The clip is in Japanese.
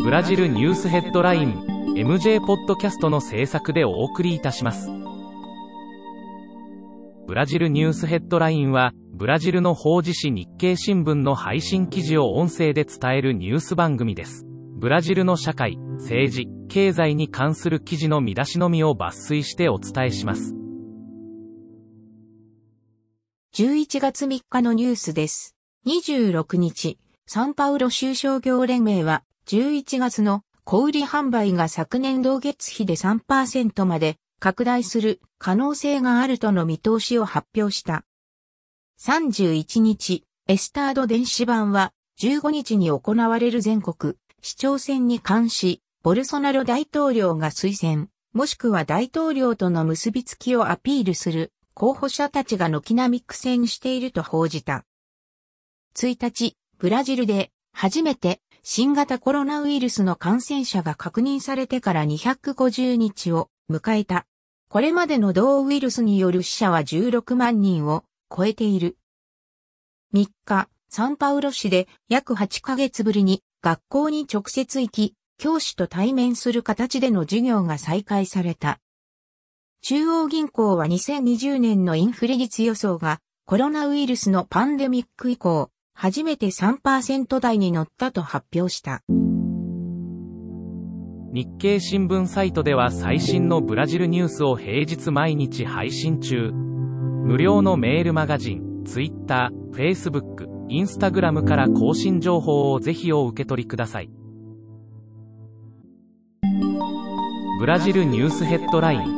ブラジルニュースヘッドライン MJ ポッドキャストの制作でお送りいたします。ブラジルニュースヘッドラインは、ブラジルの法事紙日経新聞の配信記事を音声で伝えるニュース番組です。ブラジルの社会、政治、経済に関する記事の見出しのみを抜粋してお伝えします。 11月3日のニュースです。26日、サンパウロ州商業連盟は、11月の小売販売が昨年同月比で 3% まで拡大する可能性があるとの見通しを発表した。31日、エスタード電子版は15日に行われる全国市長選に関し、ボルソナロ大統領が推薦、もしくは大統領との結びつきをアピールする候補者たちが軒並み苦戦していると報じた。1日、ブラジルで初めて新型コロナウイルスの感染者が確認されてから250日を迎えた。これまでの同ウイルスによる死者は16万人を超えている。3日、サンパウロ市で約8ヶ月ぶりに学校に直接行き、教師と対面する形での授業が再開された。中央銀行は2020年のインフレ率予想がコロナウイルスのパンデミック以降、初めて 3% 台に乗ったと発表した。 日経新聞サイトでは最新のブラジルニュースを平日毎日配信中。無料のメールマガジン、Twitter、Facebook、Instagram から更新情報をぜひお受け取りください。ブラジルニュースヘッドライン